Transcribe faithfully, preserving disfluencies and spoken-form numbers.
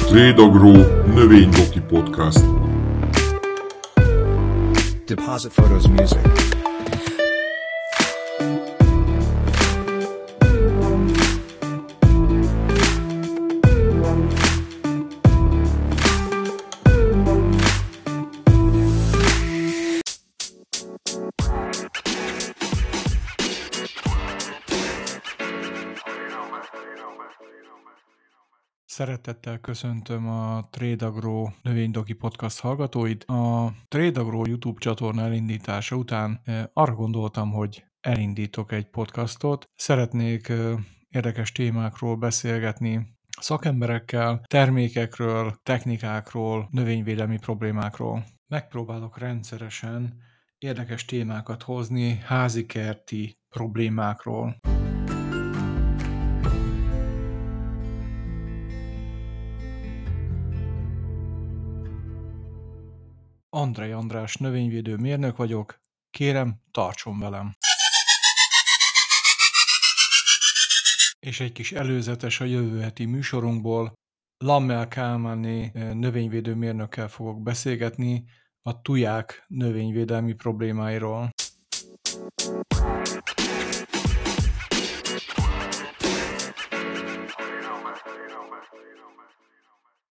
Trédagro növénydoki podcast. Deposit Photos Music. Szeretettel köszöntöm a Trédagro növénydoki podcast hallgatóit. A Trédagro YouTube csatorna elindítása után arra gondoltam, hogy elindítok egy podcastot. Szeretnék érdekes témákról beszélgetni szakemberekkel, termékekről, technikákról, növényvédelmi problémákról. Megpróbálok rendszeresen érdekes témákat hozni házikerti problémákról. Andrej András növényvédő mérnök vagyok, kérem, tartson velem! És egy kis előzetes a jövő heti műsorunkból. Lammel Kálmánné növényvédő mérnökkel fogok beszélgetni a tuják növényvédelmi problémáiról.